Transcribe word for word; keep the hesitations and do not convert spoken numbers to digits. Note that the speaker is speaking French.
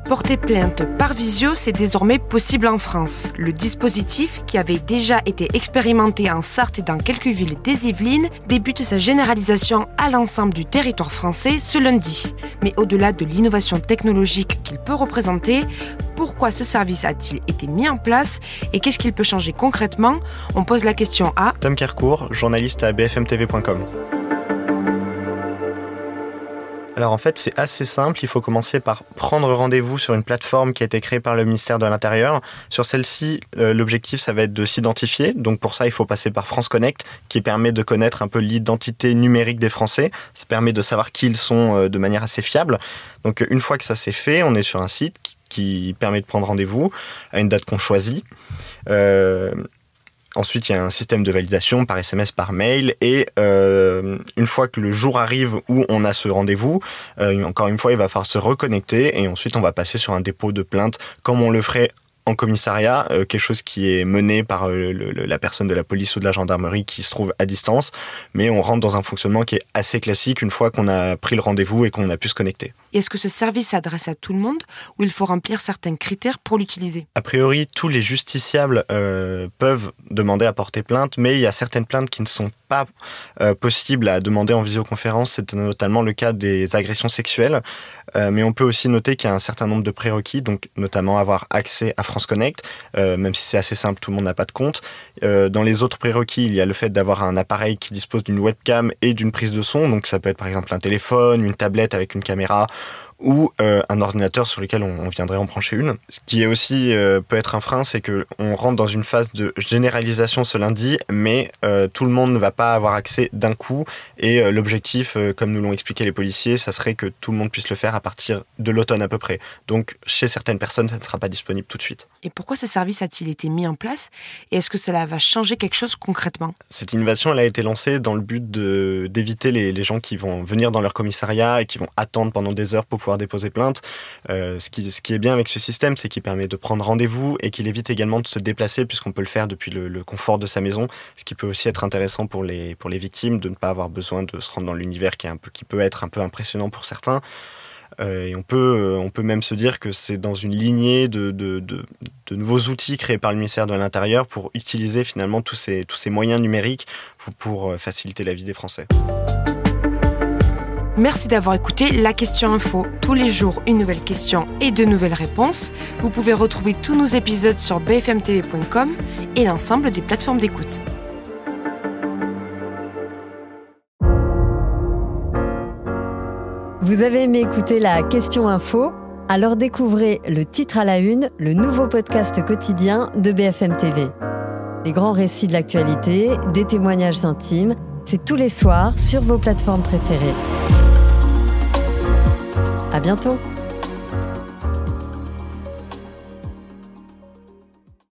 Porter plainte par visio, c'est désormais possible en France. Le dispositif, qui avait déjà été expérimenté en Sarthe et dans quelques villes des Yvelines, débute sa généralisation à l'ensemble du territoire français ce lundi. Mais au-delà de l'innovation technologique qu'il peut représenter, pourquoi ce service a-t-il été mis en place et qu'est-ce qu'il peut changer concrètement ? On pose la question à Tom Kercourt, journaliste à b f m t v point com. Alors en fait, c'est assez simple. Il faut commencer par prendre rendez-vous sur une plateforme qui a été créée par le ministère de l'Intérieur. Sur celle-ci, euh, l'objectif, ça va être de s'identifier. Donc pour ça, il faut passer par France Connect, qui permet de connaître un peu l'identité numérique des Français. Ça permet de savoir qui ils sont euh, de manière assez fiable. Donc une fois que ça c'est fait, on est sur un site qui, qui permet de prendre rendez-vous à une date qu'on choisit. Euh, Ensuite, il y a un système de validation par S M S, par mail. Et euh, une fois que le jour arrive où on a ce rendez-vous, euh, encore une fois, il va falloir se reconnecter. Et ensuite, on va passer sur un dépôt de plainte comme on le ferait en commissariat, euh, quelque chose qui est mené par euh, le, le, la personne de la police ou de la gendarmerie qui se trouve à distance. Mais on rentre dans un fonctionnement qui est assez classique une fois qu'on a pris le rendez-vous et qu'on a pu se connecter. Et est-ce que ce service s'adresse à tout le monde ou il faut remplir certains critères pour l'utiliser ? A priori, tous les justiciables euh, peuvent demander à porter plainte, mais il y a certaines plaintes qui ne sont pas euh, possibles à demander en visioconférence. C'est notamment le cas des agressions sexuelles. Euh, mais on peut aussi noter qu'il y a un certain nombre de prérequis, donc notamment avoir accès à France Connect, euh, même si c'est assez simple, tout le monde n'a pas de compte. Euh, dans les autres prérequis, il y a le fait d'avoir un appareil qui dispose d'une webcam et d'une prise de son, donc ça peut être par exemple un téléphone, une tablette avec une caméra, ou euh, un ordinateur sur lequel on, on viendrait en brancher une. Ce qui est aussi euh, peut être un frein, c'est qu'on rentre dans une phase de généralisation ce lundi, mais euh, tout le monde ne va pas avoir accès d'un coup. Et euh, l'objectif, euh, comme nous l'ont expliqué les policiers, ça serait que tout le monde puisse le faire à partir de l'automne à peu près. Donc chez certaines personnes, ça ne sera pas disponible tout de suite. Et pourquoi ce service a-t-il été mis en place ? Et est-ce que cela va changer quelque chose concrètement ? Cette innovation, elle a été lancée dans le but de, d'éviter les, les gens qui vont venir dans leur commissariat et qui vont attendre pendant des heures pour pouvoir déposer plainte. Euh, ce, qui, ce qui est bien avec ce système, c'est qu'il permet de prendre rendez-vous et qu'il évite également de se déplacer puisqu'on peut le faire depuis le, le confort de sa maison, ce qui peut aussi être intéressant pour les, pour les victimes de ne pas avoir besoin de se rendre dans l'univers qui, est un peu, qui peut être un peu impressionnant pour certains. Euh, et on peut, on peut même se dire que c'est dans une lignée de, de, de, de nouveaux outils créés par le ministère de l'Intérieur pour utiliser finalement tous ces, tous ces moyens numériques pour, pour faciliter la vie des Français. Merci d'avoir écouté La Question Info. Tous les jours, une nouvelle question et de nouvelles réponses. Vous pouvez retrouver tous nos épisodes sur b f m t v point com et l'ensemble des plateformes d'écoute. Vous avez aimé écouter La Question Info ? Alors découvrez Le Titre à la Une, le nouveau podcast quotidien de B F M T V. Les grands récits de l'actualité, des témoignages intimes, c'est tous les soirs sur vos plateformes préférées. À bientôt.